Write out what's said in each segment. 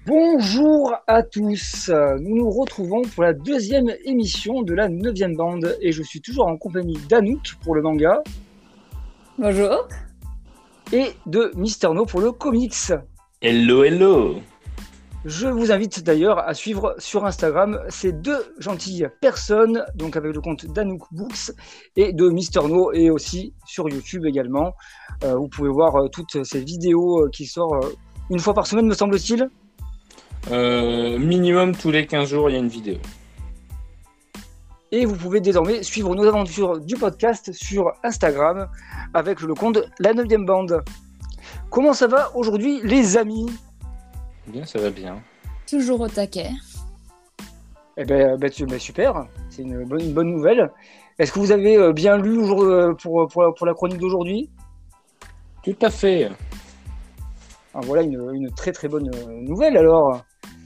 Bonjour à tous, nous nous retrouvons pour la deuxième émission de la 9e bande et je suis toujours en compagnie d'Anouk pour le manga Bonjour. et de Mister No pour le comics. Hello, hello. Je vous invite d'ailleurs à suivre sur Instagram ces deux gentilles personnes, donc avec le compte d'Anouk Books et de Mister No et aussi sur YouTube également. Vous pouvez voir toutes ces vidéos qui sortent une fois par semaine me semble-t-il. Minimum tous les 15 jours, il y a une vidéo. Et vous pouvez désormais suivre nos aventures du podcast sur Instagram avec le compte La 9e bande. Comment ça va aujourd'hui les amis ? Bien, ça va bien. Toujours au taquet. Eh ben, super, c'est une bonne nouvelle. Est-ce que vous avez bien lu pour la chronique d'aujourd'hui ? Tout à fait. Alors voilà une très très bonne nouvelle alors.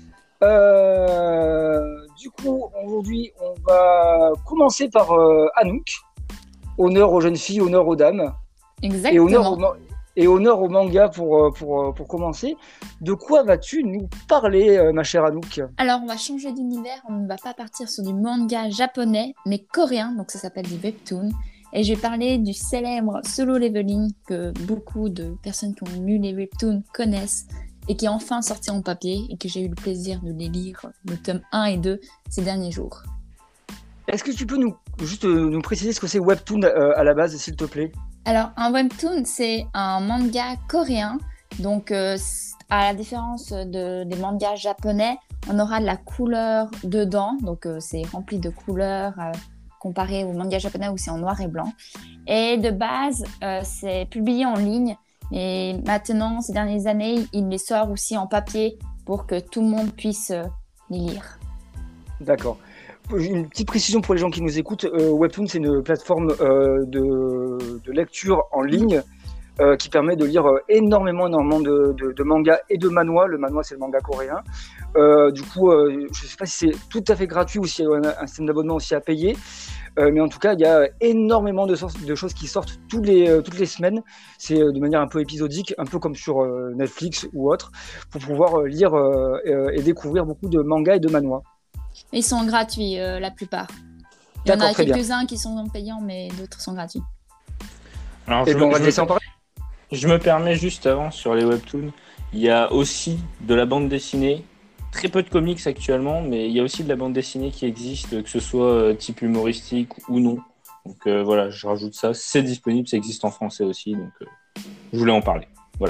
Du coup, aujourd'hui, on va commencer par Anouk. Honneur aux jeunes filles, honneur aux dames. Exactement. Et honneur au manga pour commencer. De quoi vas-tu nous parler, ma chère Anouk ? Alors, on va changer d'univers. On ne va pas partir sur du manga japonais, mais coréen. Donc, ça s'appelle du webtoon. Et je vais parler du célèbre Solo Leveling que beaucoup de personnes qui ont lu les webtoons connaissent et qui est enfin sorti en papier et que j'ai eu le plaisir de les lire, le tome 1 et 2, ces derniers jours. Est-ce que tu peux nous préciser ce que c'est webtoon à la base, s'il te plaît ? Alors, un webtoon, c'est un manga coréen. Donc, à la différence des mangas japonais, on aura de la couleur dedans. Donc, c'est rempli de couleurs comparé au manga japonais où c'est en noir et blanc. Et de base, c'est publié en ligne. Et maintenant, ces dernières années, il les sort aussi en papier pour que tout le monde puisse les lire. D'accord. Une petite précision pour les gens qui nous écoutent, Webtoon, c'est une plateforme de lecture en ligne qui permet de lire énormément de mangas et de manhwa. Le manhwa, c'est le manga coréen. Du coup, je ne sais pas si c'est tout à fait gratuit ou s'il y a un système d'abonnement aussi à payer. Mais en tout cas, il y a énormément de choses qui sortent toutes les semaines. C'est de manière un peu épisodique, un peu comme sur Netflix ou autre, pour pouvoir lire et découvrir beaucoup de mangas et de manhwa. Ils sont gratuits, la plupart. Il y en a quelques-uns qui sont payants, mais d'autres sont gratuits. Alors, je me permets juste avant sur les webtoons. Il y a aussi de la bande dessinée. Très peu de comics actuellement, mais il y a aussi de la bande dessinée qui existe, que ce soit type humoristique ou non. Donc voilà, je rajoute ça. C'est disponible, ça existe en français aussi. Donc je voulais en parler. Voilà.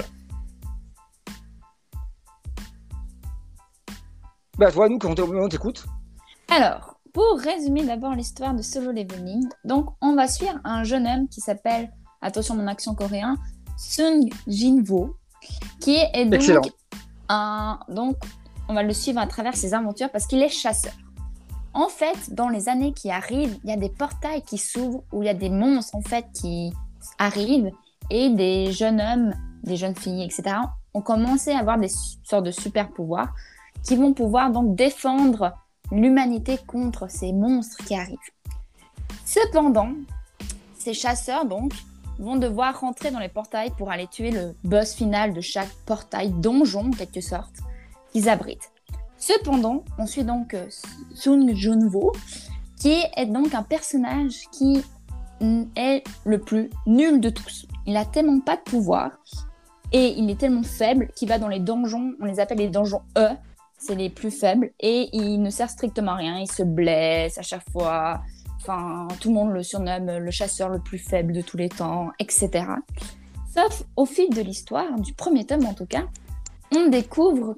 Bah toi, nous, quand on t'écoute. Alors, pour résumer d'abord l'histoire de Solo Leveling, donc on va suivre un jeune homme qui s'appelle, attention mon accent coréen, Sung Jin-wo, qui est donc excellent. Donc on va le suivre à travers ses aventures parce qu'il est chasseur. En fait, dans les années qui arrivent, il y a des portails qui s'ouvrent où il y a des monstres en fait qui arrivent et des jeunes hommes, des jeunes filles, etc. ont commencé à avoir des sortes de super pouvoirs qui vont pouvoir donc défendre l'humanité contre ces monstres qui arrivent. Cependant, ces chasseurs donc vont devoir rentrer dans les portails pour aller tuer le boss final de chaque portail, donjon en quelque sorte, qu'ils abritent. Cependant, on suit donc Sung Jin-wo, qui est donc un personnage qui est le plus nul de tous. Il a tellement pas de pouvoir et il est tellement faible qu'il va dans les donjons, on les appelle les donjons E, c'est les plus faibles, et il ne sert strictement à rien, il se blesse à chaque fois, enfin, tout le monde le surnomme le chasseur le plus faible de tous les temps, etc. Sauf au fil de l'histoire, du premier tome en tout cas, on découvre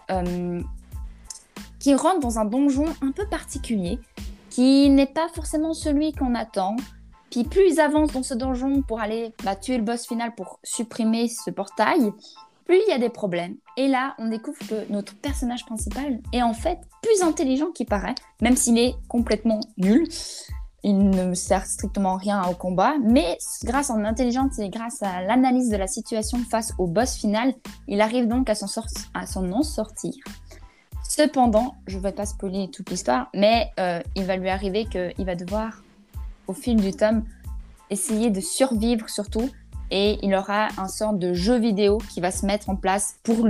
qu'il rentre dans un donjon un peu particulier, qui n'est pas forcément celui qu'on attend. Puis plus ils avancent dans ce donjon pour aller tuer le boss final pour supprimer ce portail, plus il y a des problèmes. Et là, on découvre que notre personnage principal est en fait plus intelligent qu'il paraît, même s'il est complètement nul. Il ne sert strictement rien au combat, mais grâce à son intelligence et grâce à l'analyse de la situation face au boss final, il arrive donc à s'en en sortir. Cependant, je ne vais pas spoiler toute l'histoire, mais il va lui arriver qu'il va devoir, au fil du tome, essayer de survivre surtout, et il aura un sort de jeu vidéo qui va se mettre en place pour lui,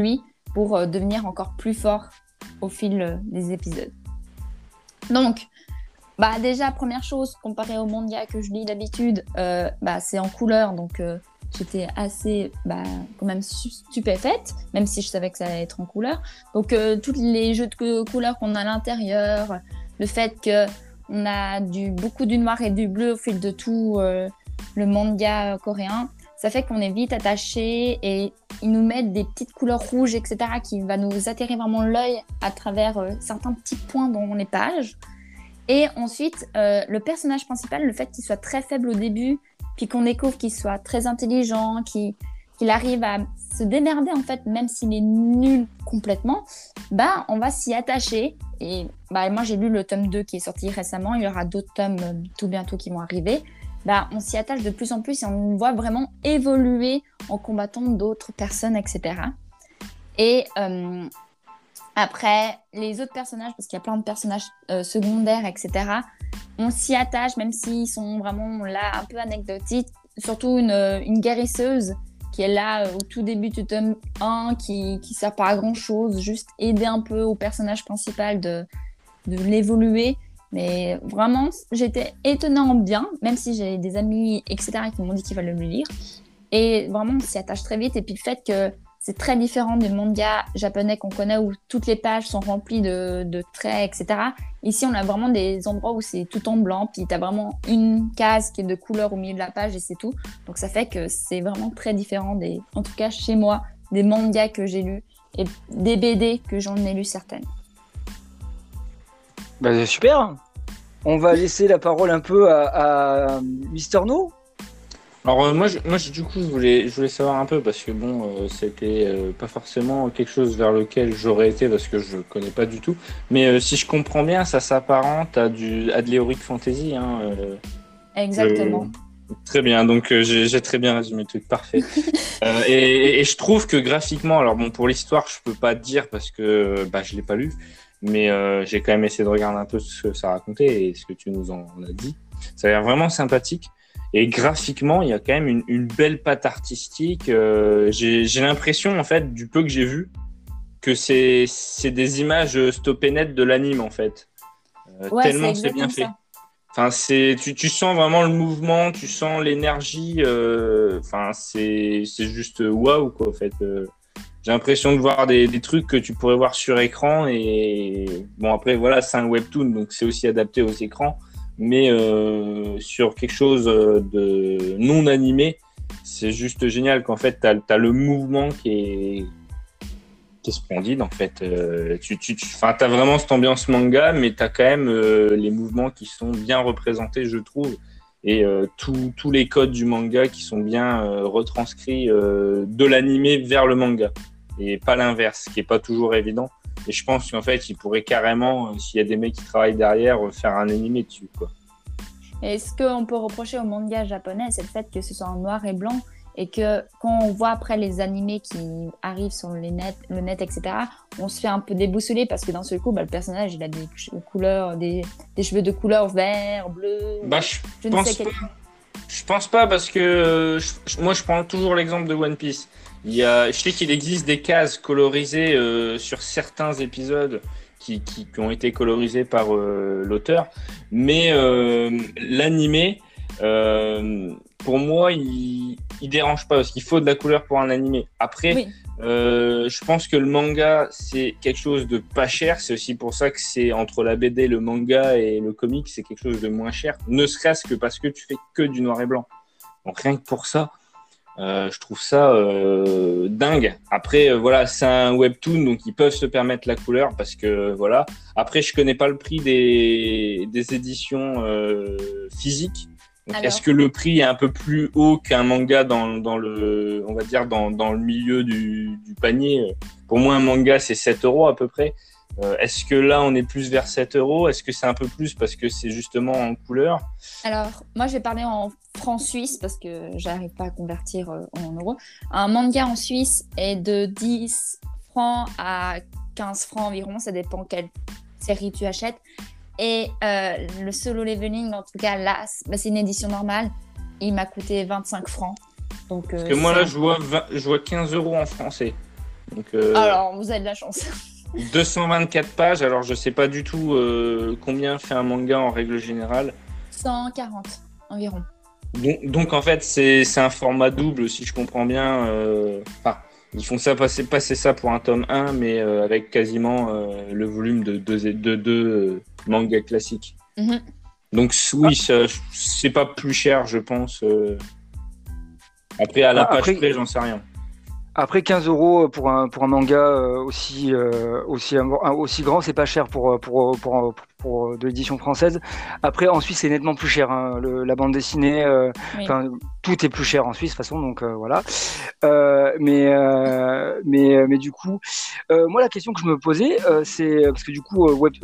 pour devenir encore plus fort au fil des épisodes. Donc, déjà, première chose, comparé au manga que je lis d'habitude, c'est en couleur, donc j'étais assez quand même stupéfaite, même si je savais que ça allait être en couleur. Donc, tous les jeux de couleurs qu'on a à l'intérieur, le fait qu'on a beaucoup du noir et du bleu au fil de tout le manga coréen, ça fait qu'on est vite attaché et ils nous mettent des petites couleurs rouges, etc., qui va nous attirer vraiment l'œil à travers certains petits points dans les pages. Et ensuite, le personnage principal, le fait qu'il soit très faible au début, puis qu'on découvre qu'il soit très intelligent, qu'il arrive à se démerder, en fait, même s'il est nul complètement, on va s'y attacher. Et moi, j'ai lu le tome 2 qui est sorti récemment. Il y aura d'autres tomes tout bientôt qui vont arriver. On s'y attache de plus en plus et on voit vraiment évoluer en combattant d'autres personnes, etc. Et après, les autres personnages, parce qu'il y a plein de personnages secondaires, etc., on s'y attache, même s'ils sont vraiment là, un peu anecdotiques. Surtout une guérisseuse qui est là au tout début du tome 1, qui sert pas à grand-chose, juste aider un peu au personnage principal de l'évoluer. Mais vraiment, j'étais étonnée en bien, même si j'ai des amis, etc., qui m'ont dit qu'il fallait le lire. Et vraiment, on s'y attache très vite. Et puis le fait que c'est très différent des mangas japonais qu'on connaît où toutes les pages sont remplies de traits, etc. Ici, on a vraiment des endroits où c'est tout en blanc, puis tu as vraiment une case qui est de couleur au milieu de la page et c'est tout. Donc ça fait que c'est vraiment très différent, en tout cas chez moi, des mangas que j'ai lus et des BD que j'en ai lu certaines. C'est super. On va laisser la parole un peu à Mister No. Alors moi, du coup, je voulais savoir un peu parce que c'était pas forcément quelque chose vers lequel j'aurais été parce que je connais pas du tout. Mais si je comprends bien, ça s'apparente à de l'heroic fantasy. Exactement. Très bien, donc j'ai très bien résumé le truc, parfait. Et je trouve que graphiquement, alors pour l'histoire, je peux pas te dire parce que je l'ai pas lu, mais j'ai quand même essayé de regarder un peu ce que ça racontait et ce que tu nous en as dit. Ça a l'air vraiment sympathique. Et graphiquement, il y a quand même une belle patte artistique. J'ai l'impression, en fait, du peu que j'ai vu, que c'est des images stoppées net de l'anime, en fait. Tellement c'est bien fait. Enfin, tu sens vraiment le mouvement, tu sens l'énergie. C'est juste waouh, quoi, en fait. J'ai l'impression de voir des trucs que tu pourrais voir sur écran. Et après, voilà, c'est un webtoon, donc c'est aussi adapté aux écrans. Mais sur quelque chose de non animé, c'est juste génial qu'en fait, t'as le mouvement qui est splendide, en fait. T'as vraiment cette ambiance manga, mais t'as quand même les mouvements qui sont bien représentés, je trouve, et tous les codes du manga qui sont bien retranscrits de l'animé vers le manga, et pas l'inverse, ce qui est pas toujours évident. Et je pense qu'en fait, il pourrait carrément, s'il y a des mecs qui travaillent derrière, faire un animé dessus, quoi. Et ce qu'on peut reprocher au manga japonais, c'est le fait que ce soit en noir et blanc et que quand on voit après les animés qui arrivent sur le net, etc., on se fait un peu déboussoler parce que d'un seul coup, le personnage, il a des couleurs, des cheveux de couleur vert, bleu. Je pense pas parce que moi, je prends toujours l'exemple de One Piece. Je sais qu'il existe des cases colorisées sur certains épisodes qui ont été colorisés par l'auteur, mais l'animé, pour moi, il dérange pas parce qu'il faut de la couleur pour un animé. Après, oui. Je pense que le manga, c'est quelque chose de pas cher. C'est aussi pour ça que c'est entre la BD, le manga et le comic, c'est quelque chose de moins cher, ne serait-ce que parce que tu fais que du noir et blanc. Donc rien que pour ça, je trouve ça dingue. Après, voilà, c'est un webtoon, donc ils peuvent se permettre la couleur parce que voilà. Après, je connais pas le prix des éditions physiques. Donc, est-ce que le prix est un peu plus haut qu'un manga dans le, on va dire dans le milieu du panier? Pour moi, un manga c'est 7 € à peu près. Est-ce que là on est plus vers 7 €? Est-ce que c'est un peu plus parce que c'est justement en couleur? Alors, moi je vais parler en francs suisses parce que j'arrive pas à convertir en euros. Un manga en Suisse est de 10 francs à 15 francs environ, ça dépend quelle série tu achètes. Et le Solo Leveling, en tout cas là, c'est une édition normale. Il m'a coûté 25 francs. Donc, parce que moi là, je vois 15 € en français. Donc, Alors, vous avez de la chance. 224 pages, alors je sais pas du tout combien fait un manga en règle générale. 140 environ. Donc en fait, c'est un format double, si je comprends bien. Ils font ça passer ça pour un tome 1, mais avec quasiment le volume de deux mangas classiques. Mm-hmm. Donc oui, c'est pas plus cher, je pense. Après, à la page près, j'en sais rien. Après 15 € pour un manga aussi grand, c'est pas cher pour de l'édition française. Après, en Suisse, c'est nettement plus cher. Hein. La bande dessinée, Oui. tout est plus cher en Suisse, de toute façon, donc voilà. Mais du coup, moi, la question que je me posais, c'est parce que du coup,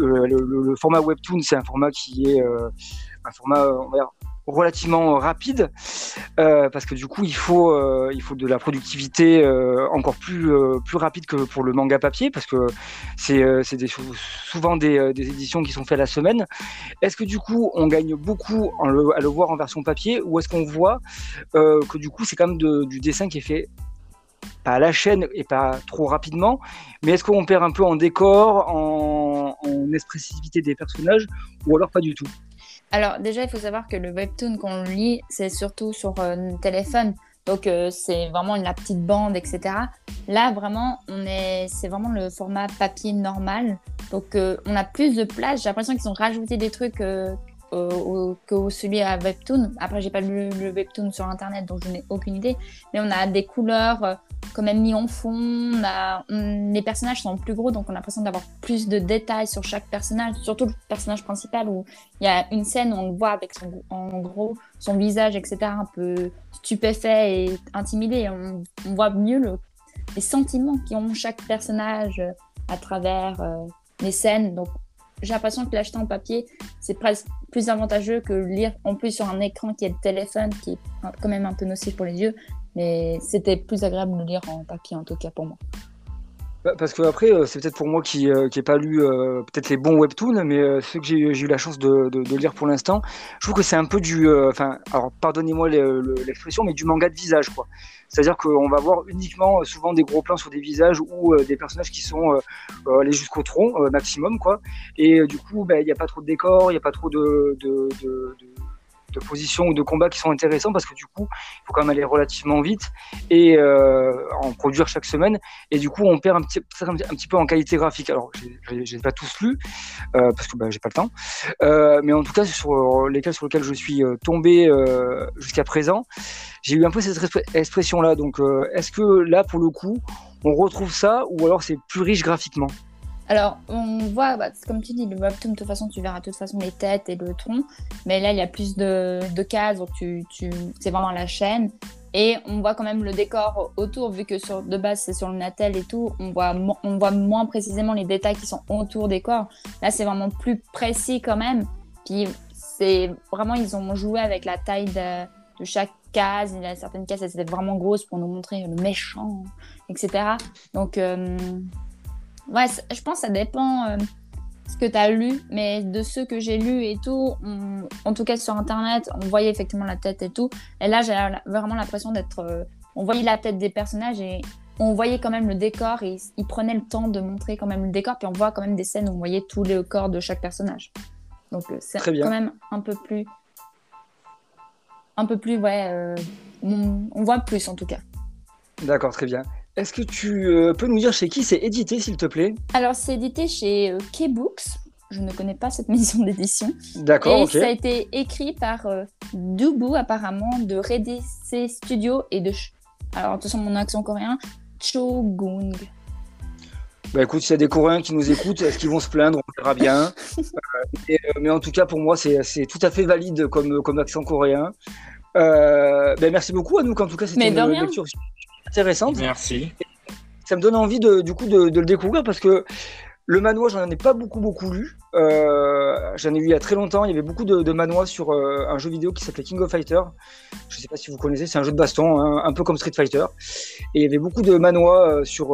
le format Webtoon, c'est un format qui est un format, on va dire, relativement rapide parce que du coup il faut de la productivité encore plus rapide que pour le manga papier parce que c'est souvent des éditions qui sont faites à la semaine. Est-ce que du coup on gagne beaucoup à le voir en version papier ou est-ce qu'on voit que du coup c'est quand même du dessin qui est fait pas à la chaîne et pas trop rapidement, mais est-ce qu'on perd un peu en décor, en expressivité des personnages ou alors pas du tout? Alors déjà, il faut savoir que le webtoon qu'on lit, c'est surtout sur téléphone. Donc c'est vraiment la petite bande, etc. Là, vraiment, c'est vraiment le format papier normal. Donc on a plus de place. J'ai l'impression qu'ils ont rajouté des trucs que celui à webtoon. Après, j'ai pas lu le webtoon sur internet, donc je n'ai aucune idée. Mais on a des couleurs quand même mis en fond. Les personnages sont plus gros, donc on a l'impression d'avoir plus de détails sur chaque personnage, surtout le personnage principal où il y a une scène où on le voit avec en gros son visage, etc., un peu stupéfait et intimidé. Et on voit mieux les sentiments qu'ont chaque personnage à travers les scènes. Donc j'ai l'impression que l'acheter en papier, c'est presque plus avantageux que lire en plus sur un écran qui est le téléphone, qui est quand même un peu nocif pour les yeux. Mais c'était plus agréable de lire en papier, en tout cas pour moi. Parce que après, c'est peut-être pour moi qui n'ai pas lu peut-être les bons webtoons, mais ceux que j'ai eu la chance de lire pour l'instant, je trouve que c'est un peu alors pardonnez-moi l'expression, mais du manga de visage, quoi. C'est-à-dire qu'on va voir uniquement souvent des gros plans sur des visages ou des personnages qui sont allés jusqu'au tronc maximum, quoi. Et du coup, il n'y a pas trop de décors, il n'y a pas trop de positions ou de combats qui sont intéressants parce que du coup il faut quand même aller relativement vite et en produire chaque semaine et du coup on perd un petit peu en qualité graphique. Alors j'ai pas tous lu parce que j'ai pas le temps mais en tout cas sur lesquels je suis tombé jusqu'à présent, j'ai eu un peu cette expression là. Donc est-ce que là pour le coup on retrouve ça ou alors c'est plus riche graphiquement? Alors, on voit, comme tu dis, le webtoon, de toute façon, tu verras de toute façon les têtes et le tronc. Mais là, il y a plus de cases, donc c'est vraiment la chaîne. Et on voit quand même le décor autour, vu que de base, c'est sur le Natel et tout. On voit moins précisément les détails qui sont autour des corps. Là, c'est vraiment plus précis quand même. Puis, c'est vraiment, ils ont joué avec la taille de chaque case. Il y a certaines cases, elles étaient vraiment grosses pour nous montrer le méchant, etc. Donc... ouais, je pense que ça dépend ce que tu as lu, mais de ceux que j'ai lus et tout, en tout cas sur Internet, on voyait effectivement la tête et tout. Et là, j'ai vraiment l'impression d'être... on voyait la tête des personnages et on voyait quand même le décor et ils prenaient le temps de montrer quand même le décor. Puis on voit quand même des scènes où on voyait tous les corps de chaque personnage. Donc c'est quand même un peu plus, ouais, on voit plus en tout cas. D'accord, très bien. Est-ce que tu peux nous dire chez qui c'est édité, s'il te plaît? Alors, c'est édité chez K-Books. Je ne connais pas cette maison d'édition. D'accord, ok. Et ça a été écrit par Dubu, apparemment, de RDC Studio et de... Alors, attention, mon accent coréen, Chogung. Écoute, s'il y a des Coréens qui nous écoutent, est-ce qu'ils vont se plaindre? On verra bien. Mais en tout cas, pour moi, c'est tout à fait valide comme accent coréen. Merci beaucoup, Anouk. En tout cas, c'était une lecture intéressante. Merci. Ça me donne envie de le découvrir parce que le manhwa, j'en ai pas beaucoup lu. J'en ai eu il y a très longtemps. Il y avait beaucoup de manhwa sur un jeu vidéo qui s'appelait King of Fighter. Je sais pas si vous connaissez, c'est un jeu de baston, un peu comme Street Fighter. Et il y avait beaucoup de manhwa sur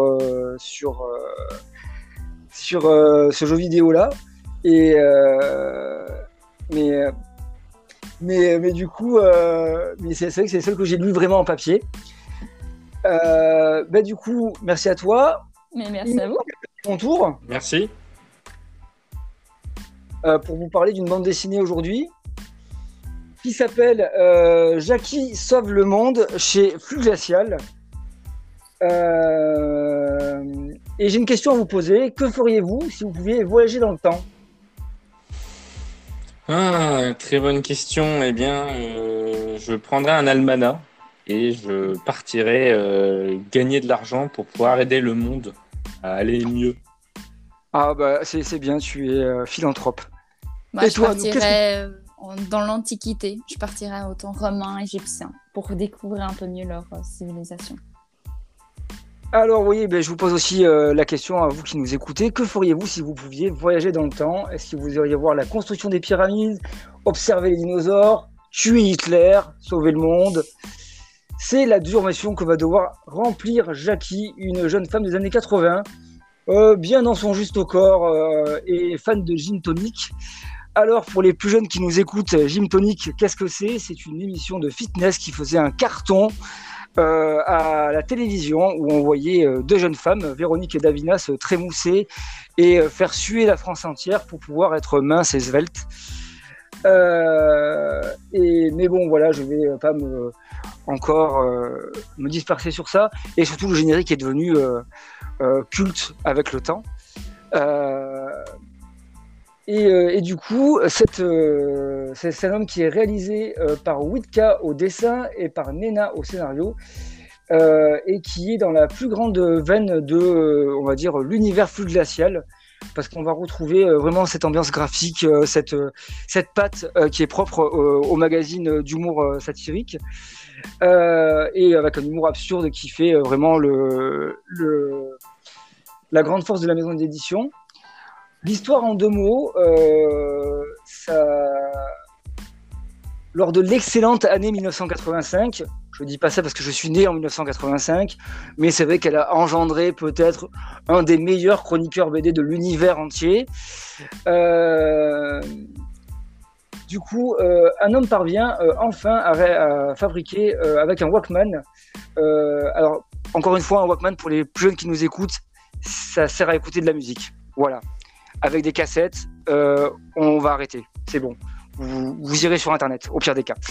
ce jeu vidéo là. Et mais du coup, mais c'est vrai que c'est le seul que j'ai lu vraiment en papier. Du coup, merci à toi. Mais merci à vous. Mon tour. Merci. Pour vous parler d'une bande dessinée aujourd'hui qui s'appelle Jackie sauve le monde chez Flux Glacial. Et j'ai une question à vous poser. Que feriez-vous si vous pouviez voyager dans le temps ? Très bonne question. Eh bien, je prendrais un almanach et je partirais gagner de l'argent pour pouvoir aider le monde à aller mieux. Ah c'est bien, tu es philanthrope. Et je partirais dans l'Antiquité. Je partirais au temps romain, égyptien, pour découvrir un peu mieux leur civilisation. Alors oui, je vous pose aussi la question à vous qui nous écoutez. Que feriez-vous si vous pouviez voyager dans le temps ? Est-ce que vous iriez voir la construction des pyramides, observer les dinosaures, tuer Hitler, sauver le monde ? C'est la dure mission que va devoir remplir Jackie, une jeune femme des années 80, bien dans son juste au corps et fan de Gym Tonic. Alors pour les plus jeunes qui nous écoutent, Gym Tonic, qu'est-ce que c'est ? C'est une émission de fitness qui faisait un carton à la télévision où on voyait deux jeunes femmes, Véronique et Davina, se trémousser et faire suer la France entière pour pouvoir être minces et sveltes. Mais bon, voilà, je vais pas encore me disperser sur ça. Et surtout, le générique est devenu culte avec le temps. Et du coup, c'est un homme qui est réalisé par Witka au dessin et par Nena au scénario, et qui est dans la plus grande veine de, on va dire, l'univers Flux Glacial, parce qu'on va retrouver vraiment cette ambiance graphique, cette patte qui est propre au magazine d'humour satirique, et avec un humour absurde qui fait vraiment la grande force de la maison d'édition. L'histoire en 2 mots, lors de l'excellente année 1985, je ne dis pas ça parce que je suis né en 1985, mais c'est vrai qu'elle a engendré peut-être un des meilleurs chroniqueurs BD de l'univers entier. Du coup, un homme parvient enfin à fabriquer avec un Walkman. Alors, encore une fois, un Walkman, pour les plus jeunes qui nous écoutent, ça sert à écouter de la musique. Voilà. Avec des cassettes, on va arrêter. C'est bon. Vous irez sur Internet, au pire des cas.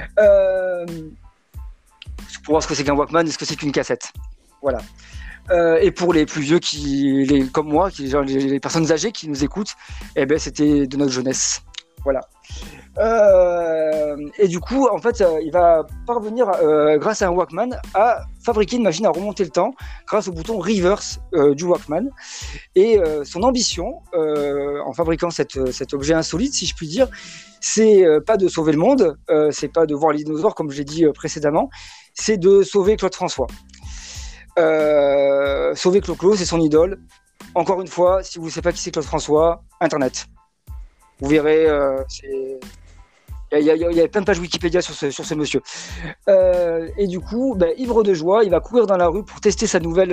Pour voir ce que c'est qu'un Walkman et ce que c'est qu'une cassette. Voilà. Et pour les plus vieux, comme moi, les personnes âgées qui nous écoutent, c'était de notre jeunesse. Voilà. Et du coup, en fait, il va parvenir, grâce à un Walkman, à fabriquer une machine à remonter le temps grâce au bouton reverse du Walkman. Et son ambition, en fabriquant cet objet insolite, si je puis dire, c'est pas de sauver le monde, c'est pas de voir les dinosaures, comme je l'ai dit précédemment, c'est de sauver Claude François. Sauver Clo-Clo, c'est son idole. Encore une fois, si vous ne savez pas qui c'est Claude François, Internet. Vous verrez, il y a plein de pages Wikipédia sur ce monsieur. Et du coup, ivre de joie, il va courir dans la rue pour tester sa nouvelle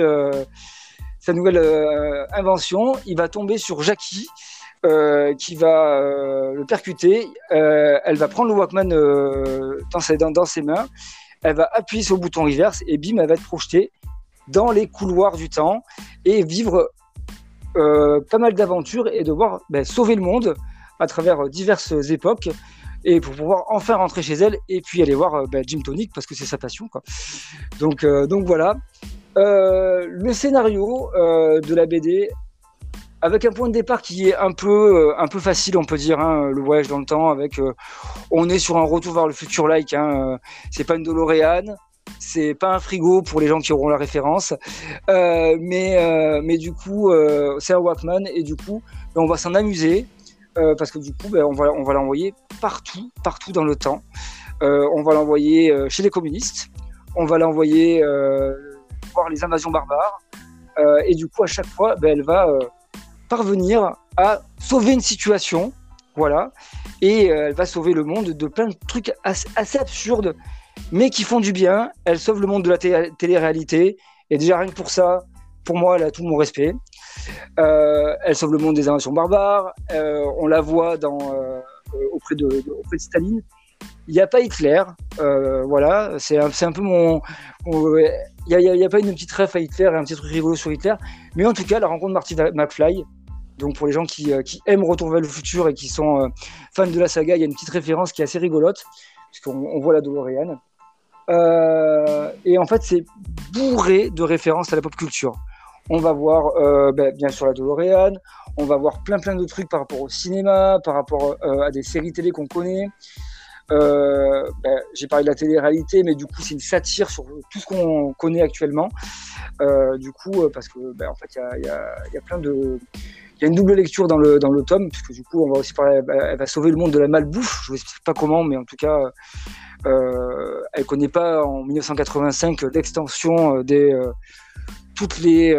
invention. Il va tomber sur Jackie, qui va le percuter. Elle va prendre le Walkman dans ses mains. Elle va appuyer sur le bouton reverse et bim, elle va être projetée dans les couloirs du temps et vivre pas mal d'aventures et devoir sauver le monde à travers diverses époques, et pour pouvoir enfin rentrer chez elle et puis aller voir Gym Tonic parce que c'est sa passion, quoi. Donc voilà. Le scénario de la BD, avec un point de départ qui est un peu facile, on peut dire, hein, le voyage dans le temps, avec on est sur un retour vers le futur like, hein, c'est pas une DeLorean, c'est pas un frigo pour les gens qui auront la référence, mais du coup c'est un Walkman, et du coup on va s'en amuser. Parce que du coup, on va l'envoyer partout dans le temps. On va l'envoyer chez les communistes. On va l'envoyer voir les invasions barbares. Et du coup, à chaque fois, elle va parvenir à sauver une situation. Voilà. Et elle va sauver le monde de plein de trucs assez absurdes, mais qui font du bien. Elle sauve le monde de la télé-réalité. Et déjà, rien que pour ça, pour moi, elle a tout mon respect. Elle sauve le monde des invasions barbares. On la voit auprès de Staline. Il n'y a pas Hitler. Voilà, c'est un peu mon. y a pas une petite ref à Hitler et un petit truc rigolo sur Hitler, mais en tout cas, la rencontre de Marty McFly. Donc pour les gens qui aiment Retour vers le futur et qui sont fans de la saga, il y a une petite référence qui est assez rigolote, puisqu'on voit la DeLorean. Et en fait, c'est bourré de références à la pop culture. On va voir bien sûr la DeLorean, on va voir plein de trucs par rapport au cinéma, par rapport à des séries télé qu'on connaît. J'ai parlé de la télé-réalité, mais du coup c'est une satire sur tout ce qu'on connaît actuellement. Parce que en fait il y a plein de... Il y a une double lecture dans le tome, puisque du coup on va aussi parler, elle va sauver le monde de la malbouffe. Je ne vous explique pas comment, mais en tout cas elle ne connaît pas en 1985 l'extension des toutes les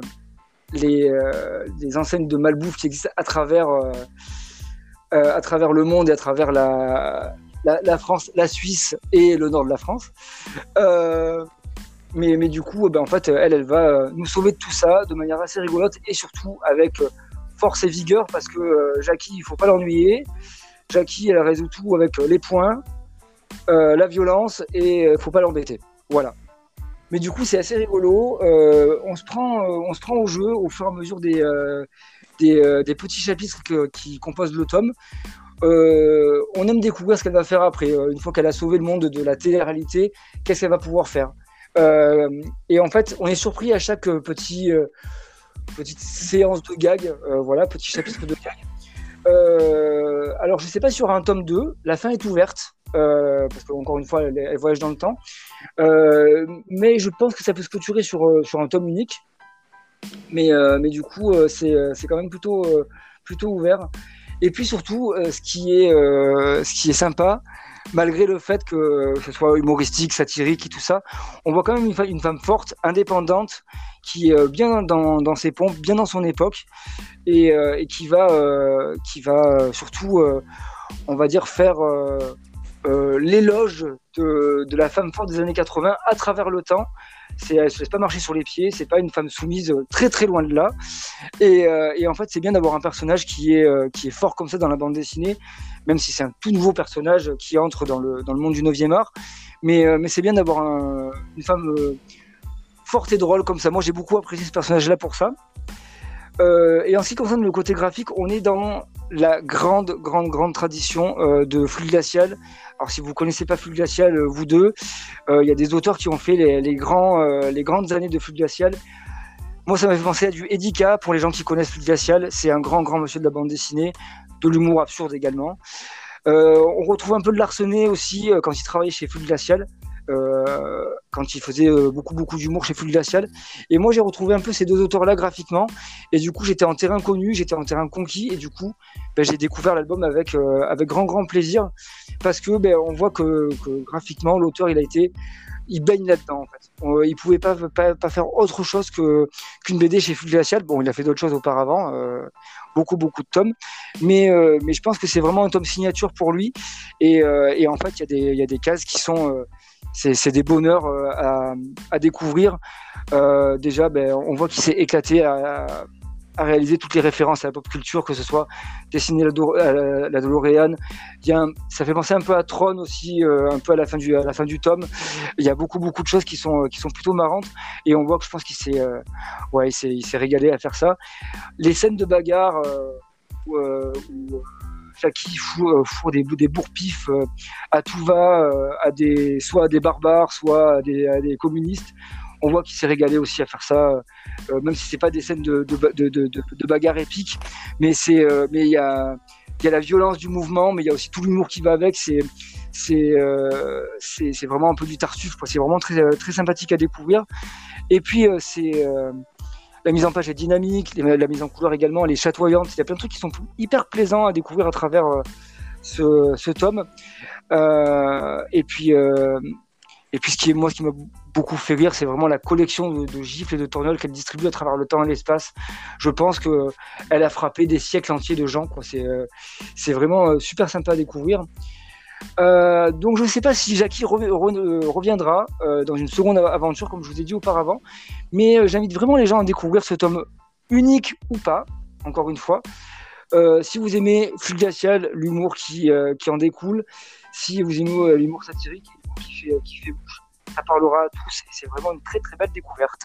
enseignes de malbouffe qui existent à travers le monde et à travers la France, la Suisse et le nord de la France. Mais du coup, en fait, elle va nous sauver de tout ça de manière assez rigolote et surtout avec force et vigueur, parce que Jackie, il ne faut pas l'ennuyer. Jackie, elle résout tout avec les poings, la violence, et il ne faut pas l'embêter. Voilà. Mais du coup, c'est assez rigolo. On se prend au jeu au fur et à mesure des petits chapitres qui composent le tome. On aime découvrir ce qu'elle va faire après. Une fois qu'elle a sauvé le monde de la télé-réalité, qu'est-ce qu'elle va pouvoir faire ? Et en fait, on est surpris à chaque petite séance de gag, petit chapitre de gag. Alors, je ne sais pas si il y aura un tome 2, la fin est ouverte, parce qu'encore une fois, elle voyage dans le temps. Mais je pense que ça peut se clôturer sur un tome unique. Mais du coup, c'est quand même plutôt ouvert. Et puis surtout, ce qui est sympa, malgré le fait que ce soit humoristique, satirique et tout ça, on voit quand même une femme forte, indépendante, qui est bien dans ses pompes, bien dans son époque, et qui va surtout, on va dire, faire l'éloge de la femme forte des années 80 à travers le temps. Elle ne se laisse pas marcher sur les pieds, c'est pas une femme soumise, très très loin de là. Et en fait, c'est bien d'avoir un personnage qui est fort comme ça dans la bande dessinée, même si c'est un tout nouveau personnage qui entre dans le monde du 9e art. Mais c'est bien d'avoir une femme forte et drôle comme ça. Moi, j'ai beaucoup apprécié ce personnage-là pour ça. Et en ce qui concerne le côté graphique, on est dans la grande tradition de Flux Glacial. Alors si vous ne connaissez pas Flux Glacial, vous deux, il y a des auteurs qui ont fait les grandes années de Flux Glacial. Moi, ça m'a fait penser à du Edika, pour les gens qui connaissent Flux Glacial. C'est un grand monsieur de la bande dessinée, de l'humour absurde également. On retrouve un peu de Larsenet aussi quand il travaillait chez Flux Glacial. Quand il faisait beaucoup d'humour chez Flux Glacial. Et moi, j'ai retrouvé un peu ces deux auteurs-là graphiquement. Et du coup, j'étais en terrain connu, j'étais en terrain conquis. Et du coup, j'ai découvert l'album avec grand plaisir. Parce que on voit que graphiquement, l'auteur, il baigne là-dedans, en fait. Il pouvait pas faire autre chose qu'une BD chez Flux Glacial. Bon, il a fait d'autres choses auparavant, beaucoup de tomes. Mais je pense que c'est vraiment un tome signature pour lui. Et en fait, il y a des cases qui sont... c'est des bonheurs à découvrir. Déjà, on voit qu'il s'est éclaté à réaliser toutes les références à la pop culture, que ce soit dessiner la DeLorean. Ça fait penser un peu à Tron aussi, un peu à la fin du tome. Il y a beaucoup de choses qui sont plutôt marrantes, et on voit que je pense qu'il s'est régalé à faire ça. Les scènes de bagarre où Jackie fout des bourre-pifs à tout va, soit à des barbares, soit à des communistes. On voit qu'il s'est régalé aussi à faire ça, même si c'est pas des scènes de bagarre épiques, mais il y a la violence du mouvement, mais il y a aussi tout l'humour qui va avec. C'est vraiment un peu du Tartuffe, quoi. C'est vraiment très très sympathique à découvrir. Et puis la mise en page est dynamique, la mise en couleur également, elle est chatoyante. Il y a plein de trucs qui sont hyper plaisants à découvrir à travers ce tome. Et puis ce qui m'a beaucoup fait rire, c'est vraiment la collection de gifles et de tournoles qu'elle distribue à travers le temps et l'espace. Je pense qu'elle a frappé des siècles entiers de gens, quoi. C'est vraiment super sympa à découvrir. Donc je ne sais pas si Jackie reviendra dans une seconde aventure, comme je vous ai dit auparavant, mais j'invite vraiment les gens à découvrir ce tome unique ou pas, encore une fois. Si vous aimez Flux Glacial, l'humour qui en découle, si vous aimez l'humour satirique, qui fait bouche, ça parlera à tous. C'est vraiment une très très belle découverte.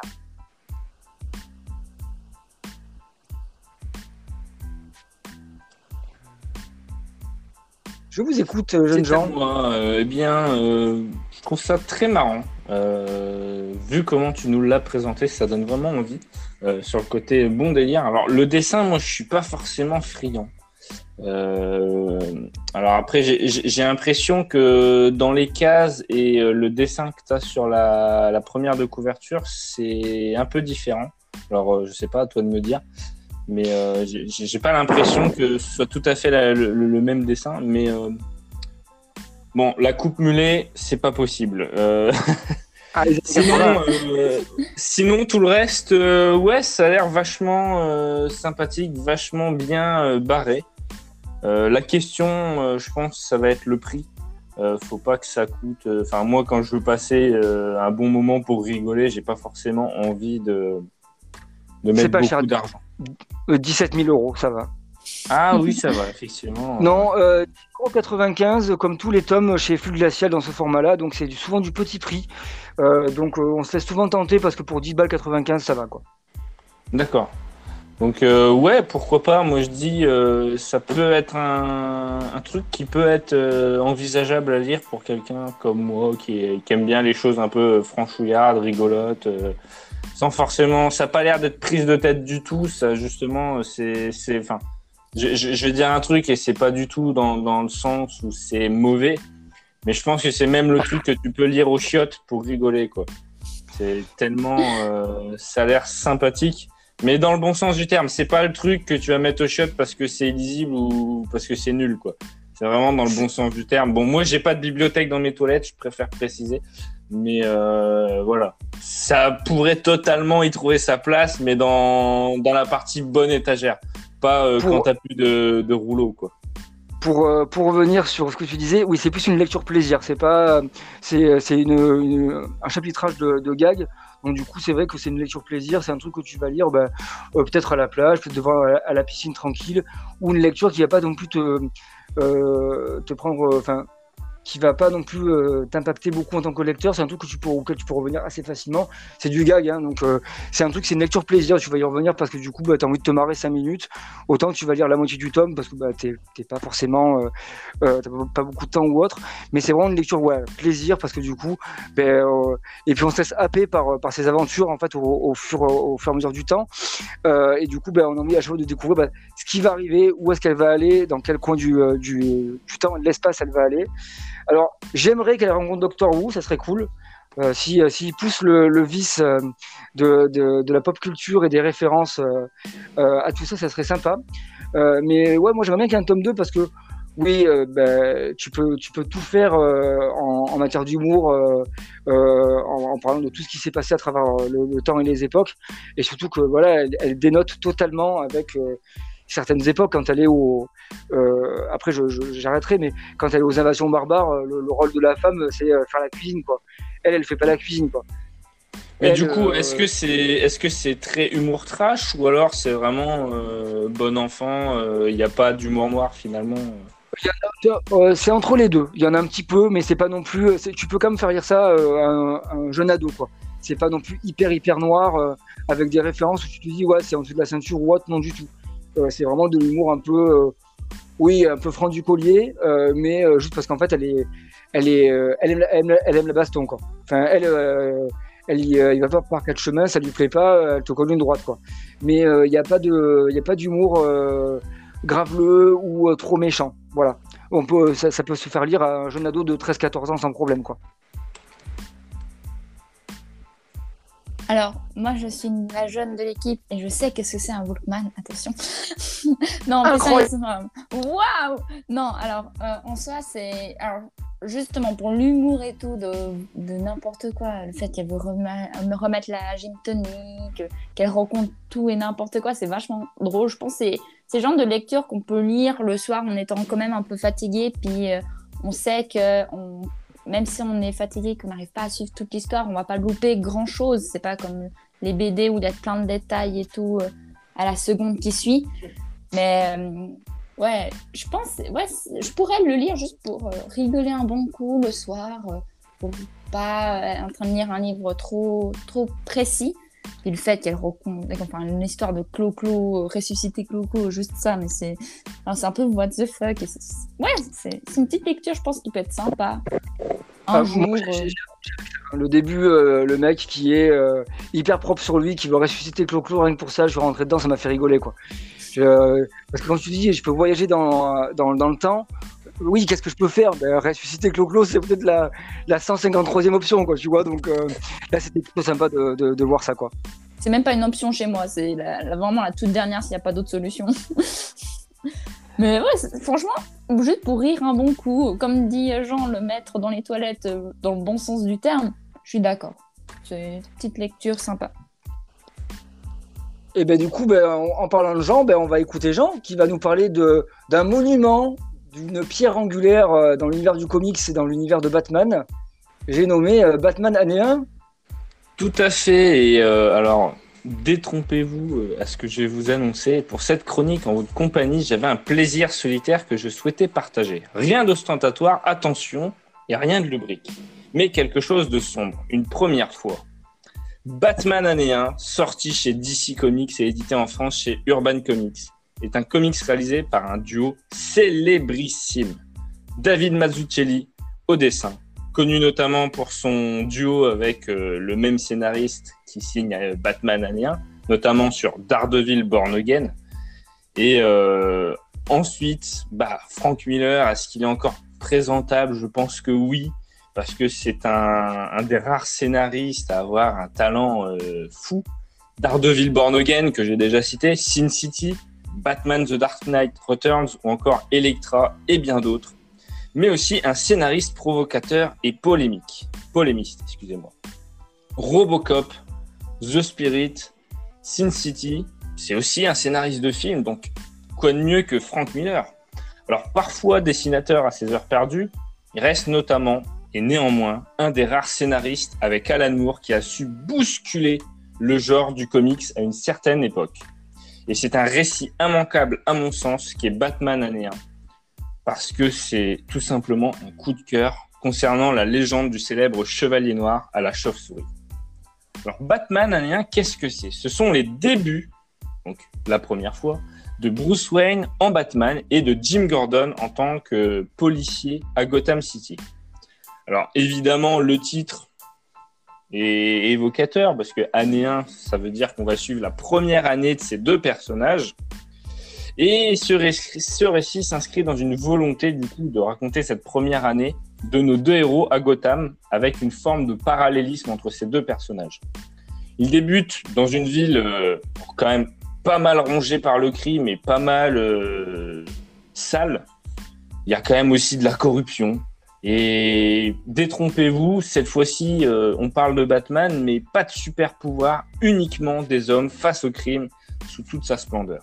Je vous écoute, jeunes gens. Moi, je trouve ça très marrant. Vu comment tu nous l'as présenté, ça donne vraiment envie. Sur le côté bon délire. Alors, le dessin, moi, je suis pas forcément friand. Alors après, j'ai l'impression que dans les cases et le dessin que tu as sur la première de couverture, c'est un peu différent. Alors, je sais pas, à toi de me dire. Mais j'ai pas l'impression que ce soit tout à fait le même dessin. Mais bon, la coupe mulet, c'est pas possible. Sinon, tout le reste, ouais, ça a l'air vachement sympathique, vachement bien barré. La question, je pense, ça va être le prix. Faut pas que ça coûte. Enfin, moi, quand je veux passer un bon moment pour rigoler, j'ai pas forcément envie de mettre beaucoup cher. d'argent. 17 000 €, ça va. Ah oui, ça va, effectivement. Non, 10,95 € comme tous les tomes chez Flux Glacial dans ce format-là, donc c'est souvent du petit prix. Donc on se laisse souvent tenter parce que pour 10,95 $, ça va, quoi. D'accord. Donc ouais, pourquoi pas. Moi je dis ça peut être un truc qui peut être envisageable à lire pour quelqu'un comme moi qui aime bien les choses un peu franchouillardes, rigolotes, sans forcément. Ça n'a pas l'air d'être prise de tête du tout. Ça justement, c'est. Enfin, je vais dire un truc et c'est pas du tout dans le sens où c'est mauvais, mais je pense que c'est même le truc que tu peux lire aux chiottes pour rigoler, quoi. C'est tellement, ça a l'air sympathique. Mais dans le bon sens du terme, c'est pas le truc que tu vas mettre au shot parce que c'est illisible ou parce que c'est nul, quoi. C'est vraiment dans le bon sens du terme. Bon, moi, j'ai pas de bibliothèque dans mes toilettes, je préfère préciser. Mais voilà. Ça pourrait totalement y trouver sa place, mais dans la partie bonne étagère. Pas quand t'as plus de rouleau, quoi. Pour revenir sur ce que tu disais, oui, c'est plus une lecture plaisir. C'est pas, c'est un chapitrage de gags. Donc du coup, c'est vrai que c'est une lecture plaisir. C'est un truc que tu vas lire, peut-être à la plage, peut-être devant à la piscine tranquille, ou une lecture qui va pas non plus te prendre, enfin, qui va pas non plus t'impacter beaucoup en tant que lecteur. C'est un truc auquel tu peux revenir assez facilement. C'est du gag, hein, donc c'est un truc, c'est une lecture plaisir. Tu vas y revenir parce que du coup, t'as envie de te marrer 5 minutes. Autant que tu vas lire la moitié du tome parce que t'es pas forcément, t'as pas beaucoup de temps ou autre. Mais c'est vraiment une lecture, ouais, plaisir parce que du coup, et puis on se laisse happer par ces aventures en fait au fur et à mesure du temps. Et du coup, on a envie à chaque fois de découvrir ce qui va arriver, où est-ce qu'elle va aller, dans quel coin du temps et de l'espace elle va aller. Alors, j'aimerais qu'elle rencontre Doctor Who, ça serait cool. S'il pousse le vice de la pop culture et des références à tout ça, ça serait sympa. Mais ouais, moi j'aimerais bien qu'il y ait un tome 2 parce que oui, tu peux tout faire en matière d'humour, en parlant de tout ce qui s'est passé à travers le temps et les époques. Et surtout que voilà, elle dénote totalement avec certaines époques, quand elle est après j'arrêterai, mais quand elle est aux invasions barbares, le rôle de la femme, c'est faire la cuisine, quoi. Elle fait pas la cuisine, quoi. Mais du coup, est-ce que c'est très humour trash ou alors c'est vraiment bon enfant, il n'y a pas d'humour noir finalement? C'est entre les deux. Il y en a un petit peu, mais c'est pas non plus. Tu peux quand même faire lire ça à un jeune ado, quoi. C'est pas non plus hyper noir avec des références où tu te dis ouais, c'est en dessous de la ceinture ou autre, non du tout. C'est vraiment de l'humour un peu, un peu franc du collier, mais juste parce qu'en fait, elle aime la baston, quoi. Enfin, il va pas par quatre chemins, ça lui plaît pas, elle te colle une droite, quoi. Mais il y a pas d'humour graveleux ou trop méchant. Voilà. Ça peut se faire lire à un jeune ado de 13-14 ans sans problème, quoi. Alors, moi, je suis la jeune de l'équipe et je sais qu'est-ce que c'est un Walkman. Attention. Non, mais sérieusement. Waouh! Non, alors, en soi, c'est... Alors, justement, pour l'humour et tout, de n'importe quoi, le fait qu'elle veut me remettre la gym tonic, qu'elle raconte tout et n'importe quoi, c'est vachement drôle. Je pense que c'est le genre de lecture qu'on peut lire le soir en étant quand même un peu fatigué, puis on sait que... Même si on est fatigué, qu'on n'arrive pas à suivre toute l'histoire, on va pas louper grand-chose. C'est pas comme les BD où il y a plein de détails et tout à la seconde qui suit. Mais ouais, je pense, ouais, je pourrais le lire juste pour rigoler un bon coup le soir, pour pas en train de lire un livre trop précis. Puis le fait qu'elle raconte une histoire de Clo-Clo, ressusciter Clo-Clo, juste ça, mais c'est un peu what the fuck. Et c'est une petite lecture, je pense, qui peut être sympa. Moi, le début, le mec qui est hyper propre sur lui, qui veut ressusciter Clo-Clo, rien que pour ça, je suis rentré dedans, ça m'a fait rigoler, quoi. Parce que quand tu dis, je peux voyager dans le temps, oui, qu'est-ce que je peux faire? Ressusciter Clo-Clo, c'est peut-être la 153e option, quoi, tu vois. Donc là, c'était plutôt sympa de voir ça, quoi. C'est même pas une option chez moi, c'est vraiment la toute dernière s'il n'y a pas d'autre solution. Mais ouais, franchement, juste pour rire un bon coup, comme dit Jean, le mettre dans les toilettes dans le bon sens du terme, je suis d'accord. C'est une petite lecture sympa. Et du coup, en parlant de Jean, on va écouter Jean qui va nous parler d'un monument, d'une pierre angulaire dans l'univers du comics et dans l'univers de Batman. J'ai nommé Batman année 1. Tout à fait. Et alors, détrompez-vous à ce que je vais vous annoncer. Pour cette chronique en votre compagnie, j'avais un plaisir solitaire que je souhaitais partager. Rien d'ostentatoire, attention, et rien de lubrique. Mais quelque chose de sombre, une première fois. Batman année 1, sorti chez DC Comics et édité en France chez Urban Comics, est un comics réalisé par un duo célébrissime. David Mazzucchelli au dessin, connu notamment pour son duo avec le même scénariste qui signe Batman année 1, notamment sur Daredevil Born Again. Et ensuite, Frank Miller, est-ce qu'il est encore présentable? Je pense que oui, parce que c'est un des rares scénaristes à avoir un talent fou. Daredevil Born Again, que j'ai déjà cité, Sin City, Batman The Dark Knight Returns ou encore Elektra et bien d'autres. Mais aussi un scénariste provocateur et polémiste, excusez-moi. Robocop, The Spirit, Sin City, c'est aussi un scénariste de film, donc quoi de mieux que Frank Miller? Alors parfois dessinateur à ses heures perdues, il reste notamment et néanmoins un des rares scénaristes avec Alan Moore qui a su bousculer le genre du comics à une certaine époque. Et c'est un récit immanquable à mon sens qui est Batman année 1, parce que c'est tout simplement un coup de cœur concernant la légende du célèbre chevalier noir à la chauve-souris. Alors Batman année 1, qu'est-ce que c'est? Ce sont les débuts, donc la première fois, de Bruce Wayne en Batman et de Jim Gordon en tant que policier à Gotham City. Alors évidemment, le titre est évocateur parce que année 1, ça veut dire qu'on va suivre la première année de ces deux personnages. Et ce récit s'inscrit dans une volonté du coup de raconter cette première année de nos deux héros à Gotham avec une forme de parallélisme entre ces deux personnages. Il débute dans une ville quand même pas mal rongée par le crime et pas mal sale. Il y a quand même aussi de la corruption. Et détrompez-vous, cette fois-ci, on parle de Batman, mais pas de super pouvoir, uniquement des hommes face au crime sous toute sa splendeur.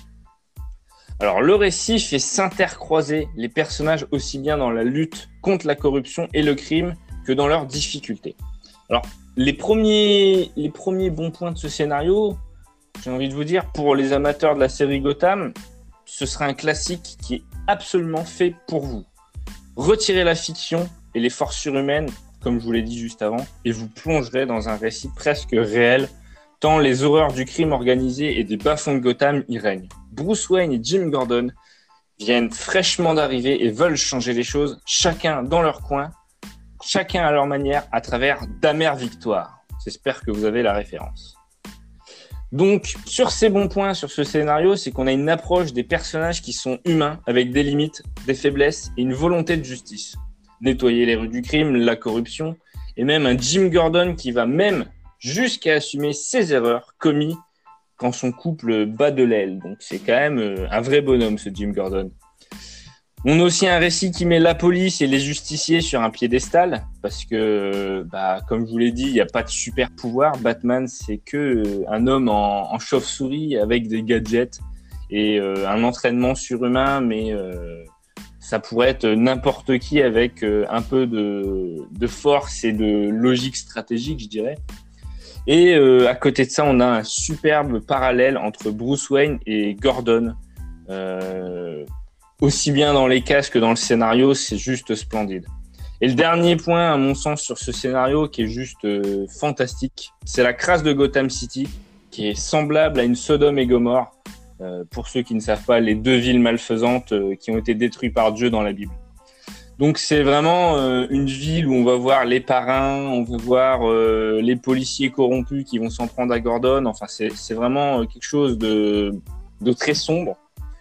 Alors, le récit fait s'intercroiser les personnages aussi bien dans la lutte contre la corruption et le crime que dans leurs difficultés. Alors, les premiers bons points de ce scénario, j'ai envie de vous dire, pour les amateurs de la série Gotham, ce sera un classique qui est absolument fait pour vous. Retirez la fiction et les forces surhumaines, comme je vous l'ai dit juste avant, et vous plongerez dans un récit presque réel, tant les horreurs du crime organisé et des bas-fonds de Gotham y règnent. Bruce Wayne et Jim Gordon viennent fraîchement d'arriver et veulent changer les choses, chacun dans leur coin, chacun à leur manière, à travers d'amères victoires. J'espère que vous avez la référence. Donc, sur ces bons points, sur ce scénario, c'est qu'on a une approche des personnages qui sont humains, avec des limites, des faiblesses et une volonté de justice. Nettoyer les rues du crime, la corruption, et même un Jim Gordon qui va même jusqu'à assumer ses erreurs commises quand son couple bat de l'aile. Donc, c'est quand même un vrai bonhomme, ce Jim Gordon. On a aussi un récit qui met la police et les justiciers sur un piédestal, parce que, comme je vous l'ai dit, il n'y a pas de super pouvoir. Batman, c'est que un homme en chauve-souris avec des gadgets et un entraînement surhumain, mais ça pourrait être n'importe qui avec un peu de force et de logique stratégique, je dirais. Et à côté de ça, on a un superbe parallèle entre Bruce Wayne et Gordon. Aussi bien dans les cases que dans le scénario, c'est juste splendide. Et le dernier point, à mon sens, sur ce scénario qui est juste fantastique, c'est la crasse de Gotham City, qui est semblable à une Sodome et Gomorrhe. Pour ceux qui ne savent pas, les 2 villes malfaisantes qui ont été détruites par Dieu dans la Bible. Donc c'est vraiment une ville où on va voir les parrains, on va voir les policiers corrompus qui vont s'en prendre à Gordon. Enfin, c'est vraiment quelque chose de très sombre.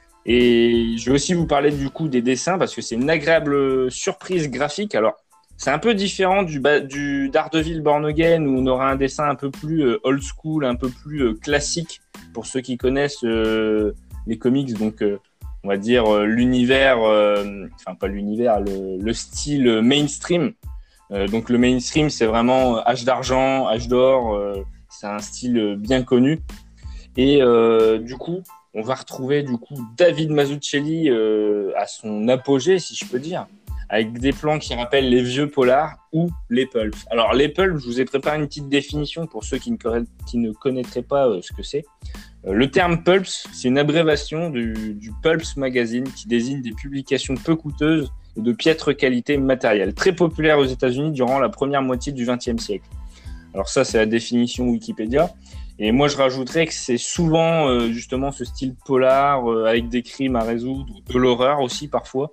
Et je vais aussi vous parler du coup des dessins parce que c'est une agréable surprise graphique. Alors, c'est un peu différent du Daredevil Born Again où on aura un dessin un peu plus old school, un peu plus classique pour ceux qui connaissent les comics. Donc, on va dire l'univers, enfin pas l'univers, le style mainstream. Donc, le mainstream, c'est vraiment Âge d'argent, Âge d'or. C'est un style bien connu. Et du coup, on va retrouver du coup David Mazzucchelli à son apogée, si je peux dire, avec des plans qui rappellent les vieux polars ou les pulps. Alors les pulps, je vous ai préparé une petite définition pour ceux qui ne connaîtraient pas ce que c'est. Le terme pulps, c'est une abréviation du Pulps Magazine qui désigne des publications peu coûteuses et de piètre qualité matérielle, très populaires aux États-Unis durant la première moitié du XXe siècle. Alors ça, c'est la définition Wikipédia. Et moi, je rajouterais que c'est souvent justement ce style polar avec des crimes à résoudre, de l'horreur aussi parfois,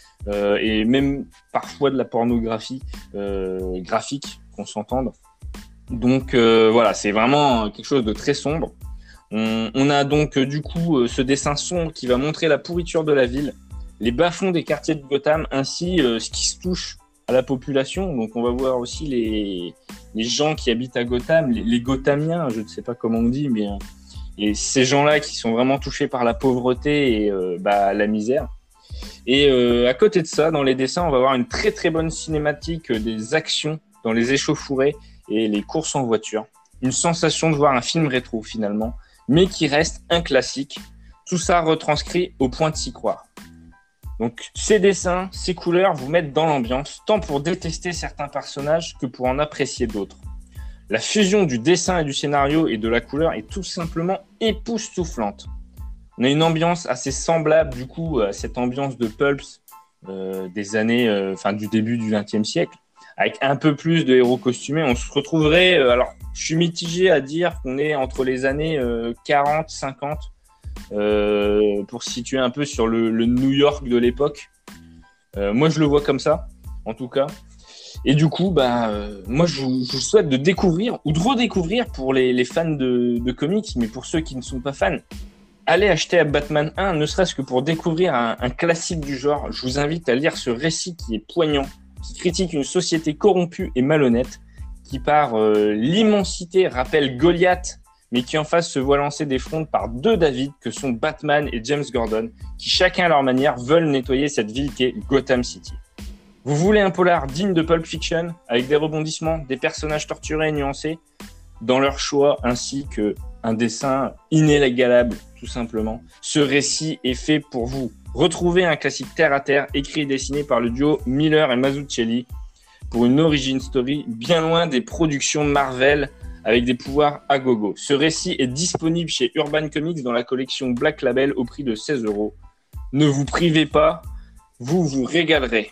et même parfois de la pornographie graphique, qu'on s'entende. Donc voilà, c'est vraiment quelque chose de très sombre. On a donc du coup ce dessin sombre qui va montrer la pourriture de la ville, les bas-fonds des quartiers de Gotham, ainsi ce qui se touche à la population. Donc on va voir aussi les gens qui habitent à Gotham, les Gothamiens, je ne sais pas comment on dit, mais et ces gens-là qui sont vraiment touchés par la pauvreté et la misère. Et à côté de ça, dans les dessins, on va voir une très très bonne cinématique des actions dans les échauffourées et les courses en voiture. Une sensation de voir un film rétro finalement, mais qui reste un classique. Tout ça retranscrit au point de s'y croire. Donc ces dessins, ces couleurs vous mettent dans l'ambiance, tant pour détester certains personnages que pour en apprécier d'autres. La fusion du dessin et du scénario et de la couleur est tout simplement époustouflante. On a une ambiance assez semblable du coup à cette ambiance de Pulps des années, du début du XXe siècle, avec un peu plus de héros costumés. On se retrouverait, alors je suis mitigé à dire qu'on est entre les années 40, 50, pour se situer un peu sur le New York de l'époque. Moi, je le vois comme ça, en tout cas. Et du coup, moi, je vous souhaite de découvrir ou de redécouvrir pour les fans de comics, mais pour ceux qui ne sont pas fans, allez acheter Batman 1, ne serait-ce que pour découvrir un classique du genre. Je vous invite à lire ce récit qui est poignant, qui critique une société corrompue et malhonnête, qui par l'immensité rappelle Goliath, mais qui en face se voit lancer des frondes par 2 David que sont Batman et James Gordon, qui chacun à leur manière veulent nettoyer cette ville qu'est Gotham City. Vous voulez un polar digne de Pulp Fiction, avec des rebondissements, des personnages torturés et nuancés, dans leur choix, ainsi qu'un dessin inégalable, tout simplement. Ce récit est fait pour vous. Retrouvez un classique terre à terre, écrit et dessiné par le duo Miller et Mazzucchelli, pour une origin story bien loin des productions Marvel, avec des pouvoirs à gogo. Ce récit est disponible chez Urban Comics dans la collection Black Label au prix de 16 €. Ne vous privez pas, vous vous régalerez.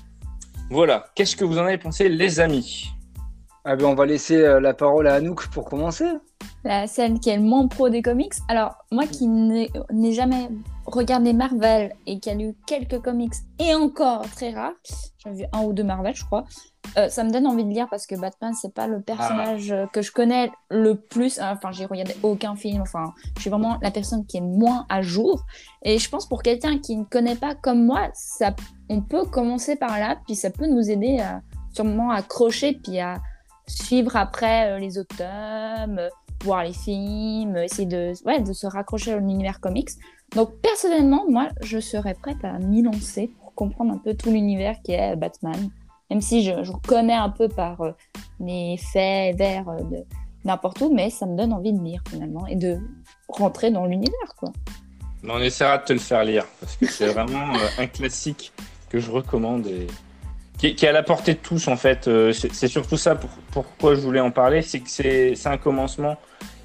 Voilà, qu'est-ce que vous en avez pensé, les amis ? On va laisser la parole à Anouk pour commencer. La scène qui est le moins pro des comics. Alors, moi qui n'ai jamais regardé Marvel et qui a lu quelques comics, et encore très rare, j'ai vu 1 ou 2 Marvel, je crois, ça me donne envie de lire parce que Batman, c'est pas le personnage que je connais le plus. Enfin, j'ai regardé aucun film. Enfin, je suis vraiment la personne qui est moins à jour. Et je pense pour quelqu'un qui ne connaît pas comme moi, on peut commencer par là, puis ça peut nous aider à sûrement accrocher, puis à suivre après les autres tomes, voir les films, essayer de se raccrocher à l'univers comics. Donc personnellement, moi, je serais prête à m'y lancer pour comprendre un peu tout l'univers qui est Batman, même si je connais un peu par les faits vers de n'importe où, mais ça me donne envie de lire finalement et de rentrer dans l'univers, quoi. On essaiera de te le faire lire, parce que c'est vraiment un classique que je recommande et qui est à la portée de tous en fait. C'est surtout ça pourquoi je voulais en parler, c'est que c'est un commencement.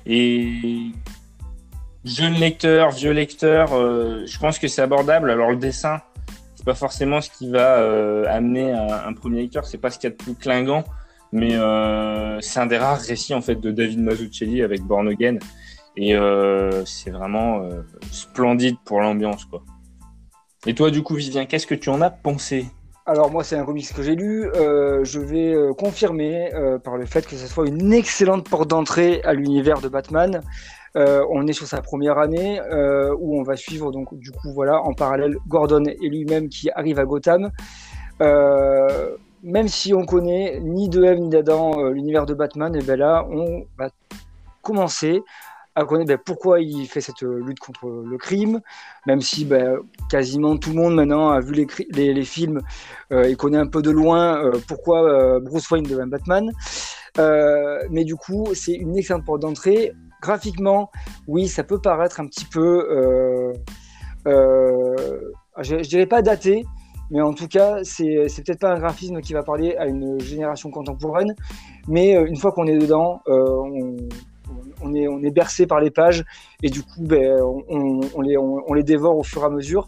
Et jeunes lecteurs, vieux lecteurs, je pense que c'est abordable. Alors le dessin, c'est pas forcément ce qui va amener un premier lecteur. C'est pas ce qu'il y a de plus clinquant, mais c'est un des rares récits en fait de David Mazzucchelli avec Born Again, et c'est vraiment splendide pour l'ambiance, quoi. Et toi, du coup, Vivien, qu'est-ce que tu en as pensé? Alors moi, c'est un comics que j'ai lu. Je vais confirmer par le fait que ce soit une excellente porte d'entrée à l'univers de Batman. On est sur sa première année où on va suivre donc du coup voilà en parallèle Gordon et lui-même qui arrive à Gotham. Même si on connaît ni de Ève ni d'Adam l'univers de Batman, et ben là on va commencer à connaître pourquoi il fait cette lutte contre le crime, même si quasiment tout le monde maintenant a vu les films et connaît un peu de loin pourquoi Bruce Wayne devient Batman. Mais du coup, c'est une excellente porte d'entrée. Graphiquement, oui, ça peut paraître un petit peu, je dirais pas daté, mais en tout cas, c'est peut-être pas un graphisme qui va parler à une génération contemporaine, mais une fois qu'on est dedans, on est bercé par les pages et du coup on les dévore au fur et à mesure.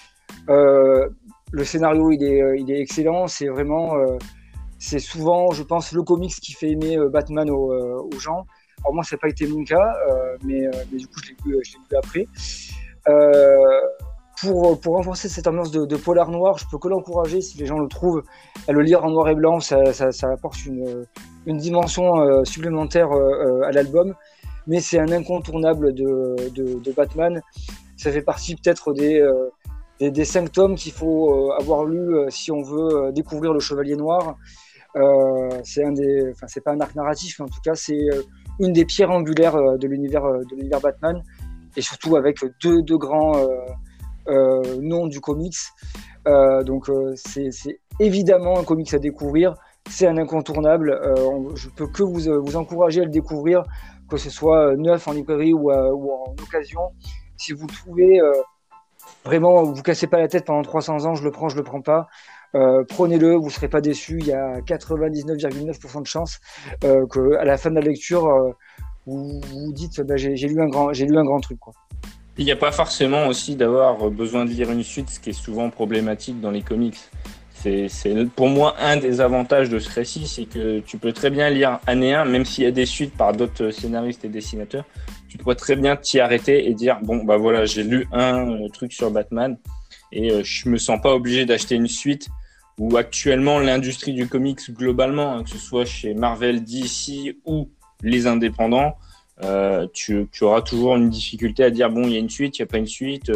Le scénario il est excellent, c'est vraiment c'est souvent je pense le comics qui fait aimer Batman aux gens. Alors moi ça n'a pas été mon cas mais du coup je l'ai lu après. Pour renforcer cette ambiance de polar noir, je peux que l'encourager si les gens le trouvent à le lire en noir et blanc, ça apporte une dimension supplémentaire à l'album. Mais c'est un incontournable de Batman. Ça fait partie peut-être des 5 tomes qu'il faut avoir lu si on veut découvrir le Chevalier Noir. C'est pas un arc narratif, mais en tout cas c'est une des pierres angulaires de l'univers Batman, et surtout avec deux grands noms du comics. Donc c'est évidemment un comics à découvrir. C'est un incontournable. Je peux que vous encourager à le découvrir, que ce soit neuf en librairie ou en occasion. Si vous le trouvez vraiment, vous cassez pas la tête pendant 300 ans, je le prends pas. Prenez-le, vous serez pas déçus. Il y a 99,9% de chances qu'à la fin de la lecture, vous vous dites j'ai lu un grand truc, quoi. Il n'y a pas forcément aussi d'avoir besoin de lire une suite, ce qui est souvent problématique dans les comics. C'est pour moi un des avantages de ce récit, c'est que tu peux très bien lire année 1, même s'il y a des suites par d'autres scénaristes et dessinateurs, tu pourrais très bien t'y arrêter et dire bon bah voilà, j'ai lu un truc sur Batman et je me sens pas obligé d'acheter une suite. Où actuellement l'industrie du comics globalement, que ce soit chez Marvel, DC ou les indépendants, tu auras toujours une difficulté à dire bon il y a une suite, il n'y a pas une suite,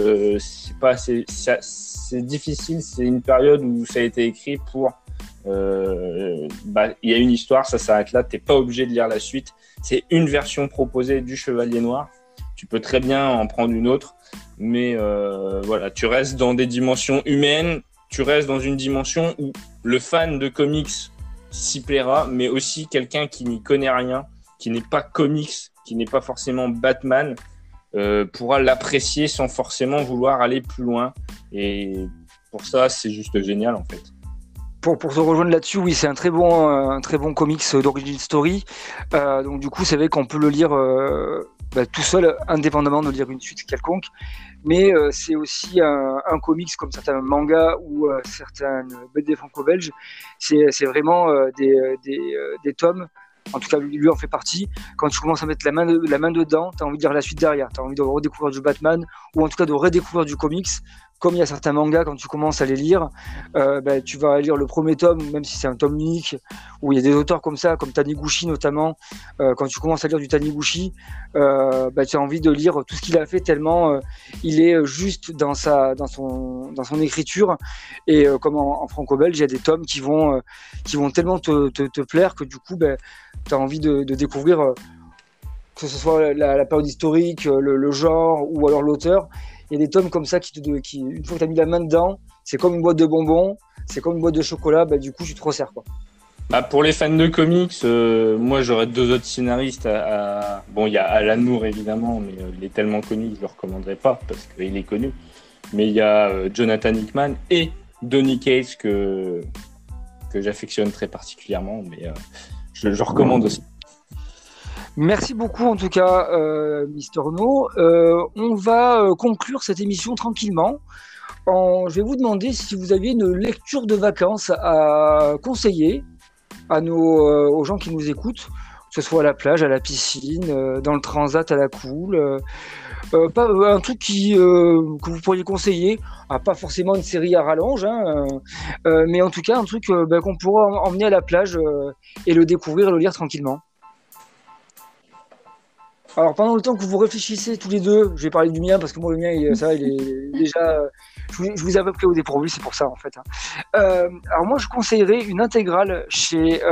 c'est difficile, c'est une période où ça a été écrit pour il y a une histoire, ça s'arrête là, t'es pas obligé de lire la suite, c'est une version proposée du Chevalier Noir, tu peux très bien en prendre une autre, mais voilà, tu restes dans des dimensions humaines, tu restes dans une dimension où le fan de comics s'y plaira, mais aussi quelqu'un qui n'y connaît rien, qui n'est pas comics, qui n'est pas forcément Batman, pourra l'apprécier sans forcément vouloir aller plus loin. Et pour ça, c'est juste génial en fait. Pour se rejoindre là-dessus, oui, c'est un très bon comics d'origin story. Donc du coup, c'est vrai qu'on peut le lire tout seul, indépendamment de lire une suite quelconque. Mais c'est aussi un comics comme certains mangas ou certaines BD franco-belges. C'est vraiment des tomes. En tout cas, lui en fait partie. Quand tu commences à mettre la main dedans, tu as envie de lire la suite derrière. Tu as envie de redécouvrir du Batman ou en tout cas de redécouvrir du comics. Comme il y a certains mangas, quand tu commences à les lire, tu vas lire le premier tome, même si c'est un tome unique, où il y a des auteurs comme ça, comme Taniguchi notamment. Quand tu commences à lire du Taniguchi, tu as envie de lire tout ce qu'il a fait tellement il est juste dans son écriture. Et comme en franco-belge, il y a des tomes qui vont tellement te plaire que du coup, tu as envie de découvrir que ce soit la période historique, le genre ou alors l'auteur. Il y a des tomes comme ça qui une fois que tu as mis la main dedans, c'est comme une boîte de bonbons, c'est comme une boîte de chocolat, du coup tu te resserres, quoi. Pour les fans de comics, moi j'aurais 2 autres scénaristes. Bon, il y a Alan Moore évidemment, mais il est tellement connu que je ne le recommanderais pas parce qu'il est connu. Mais il y a Jonathan Hickman et Donny Cates que j'affectionne très particulièrement, mais je recommande aussi. Merci beaucoup en tout cas, Mister No. On va conclure cette émission tranquillement. Je vais vous demander si vous aviez une lecture de vacances à conseiller aux gens qui nous écoutent, que ce soit à la plage, à la piscine, dans le transat à la cool. Pas un truc que vous pourriez conseiller, pas forcément une série à rallonge, mais en tout cas un truc qu'on pourra emmener à la plage et le découvrir et le lire tranquillement. Alors pendant le temps que vous réfléchissez tous les deux, je vais parler du mien parce que moi le mien il est déjà, je vous avais pris au dépourvu, c'est pour ça en fait. Alors moi je conseillerais une intégrale chez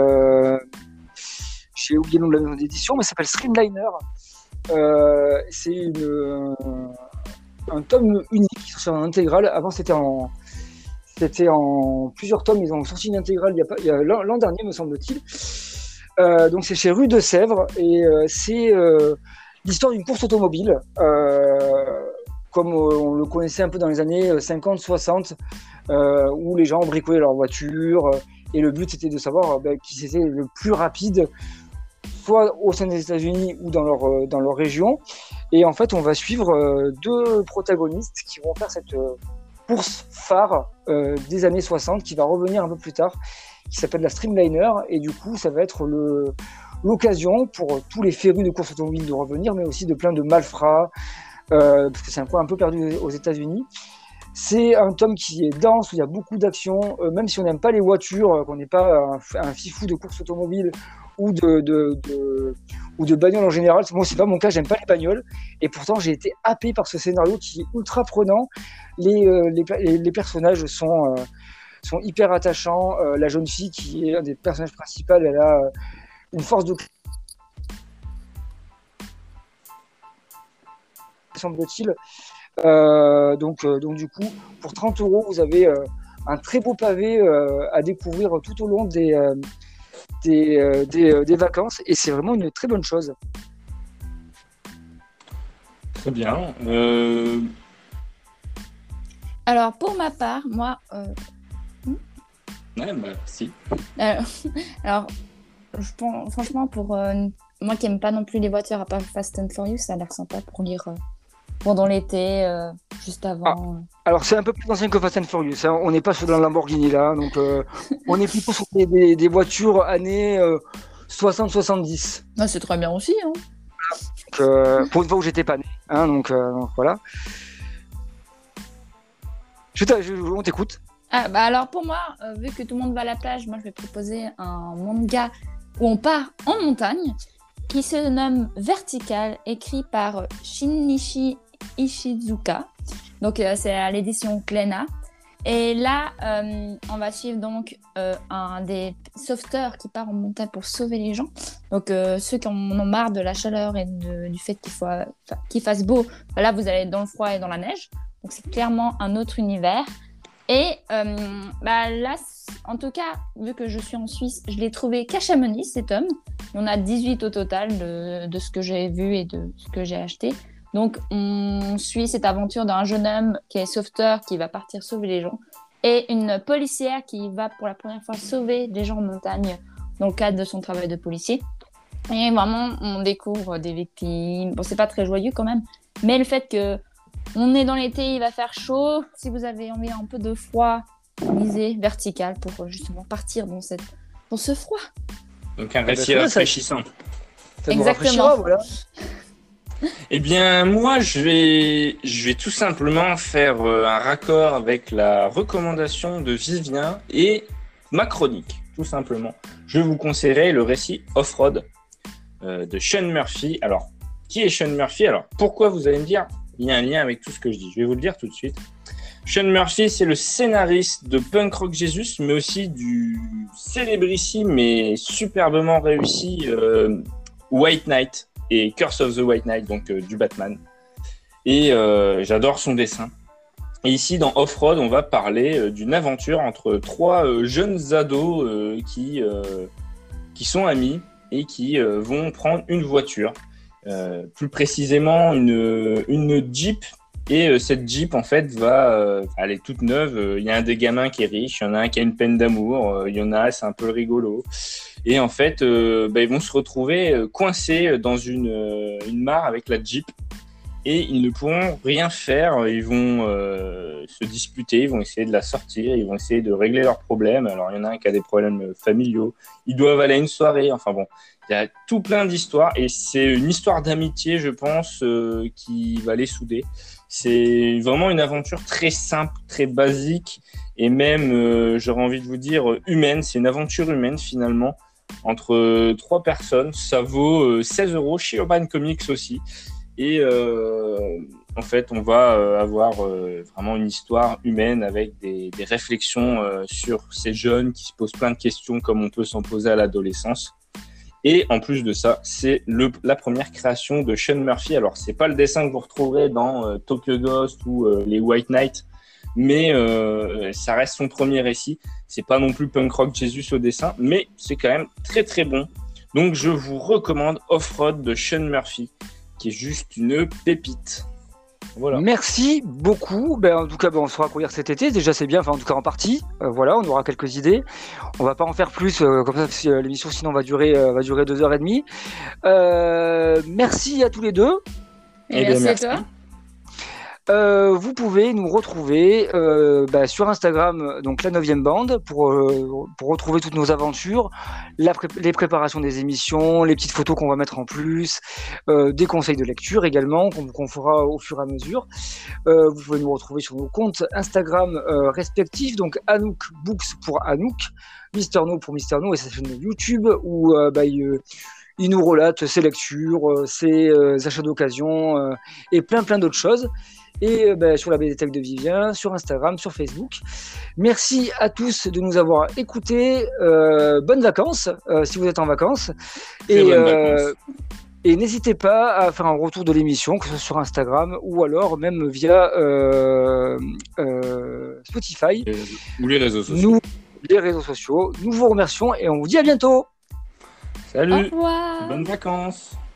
j'ai oublié le nom de la maison d'édition, mais ça s'appelle Streamliner. C'est un tome unique qui sort en intégrale. Avant c'était en plusieurs tomes. Ils ont sorti une intégrale il y a l'an dernier me semble-t-il. Donc c'est chez Rue de Sèvres et c'est l'histoire d'une course automobile comme on le connaissait un peu dans les années 50-60 où les gens bricolaient leur voiture et le but c'était de savoir qui c'était le plus rapide soit au sein des États-Unis ou dans leur région. Et en fait on va suivre deux protagonistes qui vont faire cette course phare des années 60 qui va revenir un peu plus tard, qui s'appelle la Streamliner, et du coup ça va être l'occasion pour tous les férus de course automobile de revenir, mais aussi de plein de malfrats, parce que c'est un coin un peu perdu aux États-Unis. C'est un tome qui est dense, où il y a beaucoup d'action, même si on n'aime pas les voitures, qu'on n'est pas un fifou de course automobile ou de bagnoles en général. Moi c'est pas mon cas, j'aime pas les bagnoles, et pourtant j'ai été happé par ce scénario qui est ultra prenant. Les personnages sont hyper attachants. La jeune fille qui est un des personnages principaux, elle a une force de semble-t-il. Donc du coup, pour 30 €, vous avez un très beau pavé à découvrir tout au long des vacances, et c'est vraiment une très bonne chose. Très bien. Alors pour ma part, moi... Ouais, si. Alors, je pense, franchement, pour moi qui n'aime pas non plus les voitures, à part Fast and Furious, ça a l'air sympa pour lire pendant l'été, juste avant. Alors, c'est un peu plus ancien que Fast and Furious. On n'est pas sur la Lamborghini là, donc on est plutôt sur des voitures années 60-70. Ah, c'est très bien aussi. Hein. Pour une fois où j'étais pas né. Donc voilà. On t'écoute. Alors pour moi, vu que tout le monde va à la plage, moi je vais proposer un manga où on part en montagne qui se nomme Vertical, écrit par Shinichi Ishizuka. Donc c'est à l'édition Glénat. Et là, on va suivre donc un des sauveteurs qui part en montagne pour sauver les gens. Donc ceux qui en ont marre de la chaleur et du fait qu'il fasse beau, là vous allez être dans le froid et dans la neige. Donc c'est clairement un autre univers. Et là, en tout cas, vu que je suis en Suisse, je l'ai trouvé qu'à Chamonix, cet homme. On a 18 au total de ce que j'ai vu et de ce que j'ai acheté. Donc, on suit cette aventure d'un jeune homme qui est sauveteur, qui va partir sauver les gens, et une policière qui va pour la première fois sauver des gens en montagne dans le cadre de son travail de policier. Et vraiment, on découvre des victimes. Bon, c'est pas très joyeux quand même, mais le fait que on est dans l'été, il va faire chaud. Si vous avez envie un peu de froid, lisez Vertical pour justement partir dans ce froid. Donc un récit rafraîchissant. Exactement. Voilà. Eh bien, moi, je vais tout simplement faire un raccord avec la recommandation de Vivien et ma chronique, tout simplement. Je vous conseillerais le récit Off-Road de Sean Murphy. Alors, qui est Sean Murphy ? Alors, pourquoi vous allez me dire ? Il y a un lien avec tout ce que je dis. Je vais vous le dire tout de suite. Sean Murphy, c'est le scénariste de Punk Rock Jesus, mais aussi du célébrissime et superbement réussi White Knight et Curse of the White Knight, donc du Batman. Et j'adore son dessin. Et ici, dans Off-Road, on va parler d'une aventure entre trois jeunes ados qui sont amis et qui vont prendre une voiture. Plus précisément une Jeep Et cette Jeep, en fait, elle est toute neuve. Il y a un des gamins qui est riche, il y en a un qui a une peine d'amour, il y en a, c'est un peu rigolo. Et en fait, ils vont se retrouver coincés dans une mare avec la Jeep. Et ils ne pourront rien faire. Ils vont se disputer, ils vont essayer de la sortir, ils vont essayer de régler leurs problèmes. Alors, il y en a un qui a des problèmes familiaux. Ils doivent aller à une soirée. Enfin bon, il y a tout plein d'histoires. Et c'est une histoire d'amitié, je pense, qui va les souder. C'est vraiment une aventure très simple, très basique. Et même, j'aurais envie de vous dire, humaine. C'est une aventure humaine, finalement, entre 3 personnes. Ça vaut 16 € chez Urban Comics aussi. Et en fait, on va avoir vraiment une histoire humaine avec des réflexions sur ces jeunes qui se posent plein de questions comme on peut s'en poser à l'adolescence. Et en plus de ça, c'est la première création de Sean Murphy. Alors, c'est pas le dessin que vous retrouverez dans Tokyo Ghost ou les White Knight, mais ça reste son premier récit. C'est pas non plus Punk Rock Jesus au dessin, mais c'est quand même très très bon. Donc, je vous recommande Off-Road de Sean Murphy, qui est juste une pépite. Voilà. Merci beaucoup. En tout cas, on saura courir cet été. Déjà, c'est bien. Enfin, en tout cas, en partie. Voilà, on aura quelques idées. On va pas en faire plus comme ça, parce que l'émission sinon va durer 2h30. Merci à tous les deux. Et merci à toi. Vous pouvez nous retrouver sur Instagram, donc la 9e bande, pour retrouver toutes nos aventures, les préparations des émissions, les petites photos qu'on va mettre en plus, des conseils de lecture également qu'on fera au fur et à mesure. Vous pouvez nous retrouver sur nos comptes Instagram respectifs, donc Anouk Books pour Anouk, Mister No pour Mister No et sa chaîne YouTube où il nous relate ses lectures, ses achats d'occasion et plein d'autres choses. Et sur la BD Tech de Vivien, sur Instagram, sur Facebook. Merci à tous de nous avoir écoutés. Bonnes vacances, si vous êtes en vacances. Et n'hésitez pas à faire un retour de l'émission, que ce soit sur Instagram ou alors même via Spotify. Ou les réseaux sociaux. Nous vous remercions et on vous dit à bientôt. Salut. Au revoir. Bonnes vacances.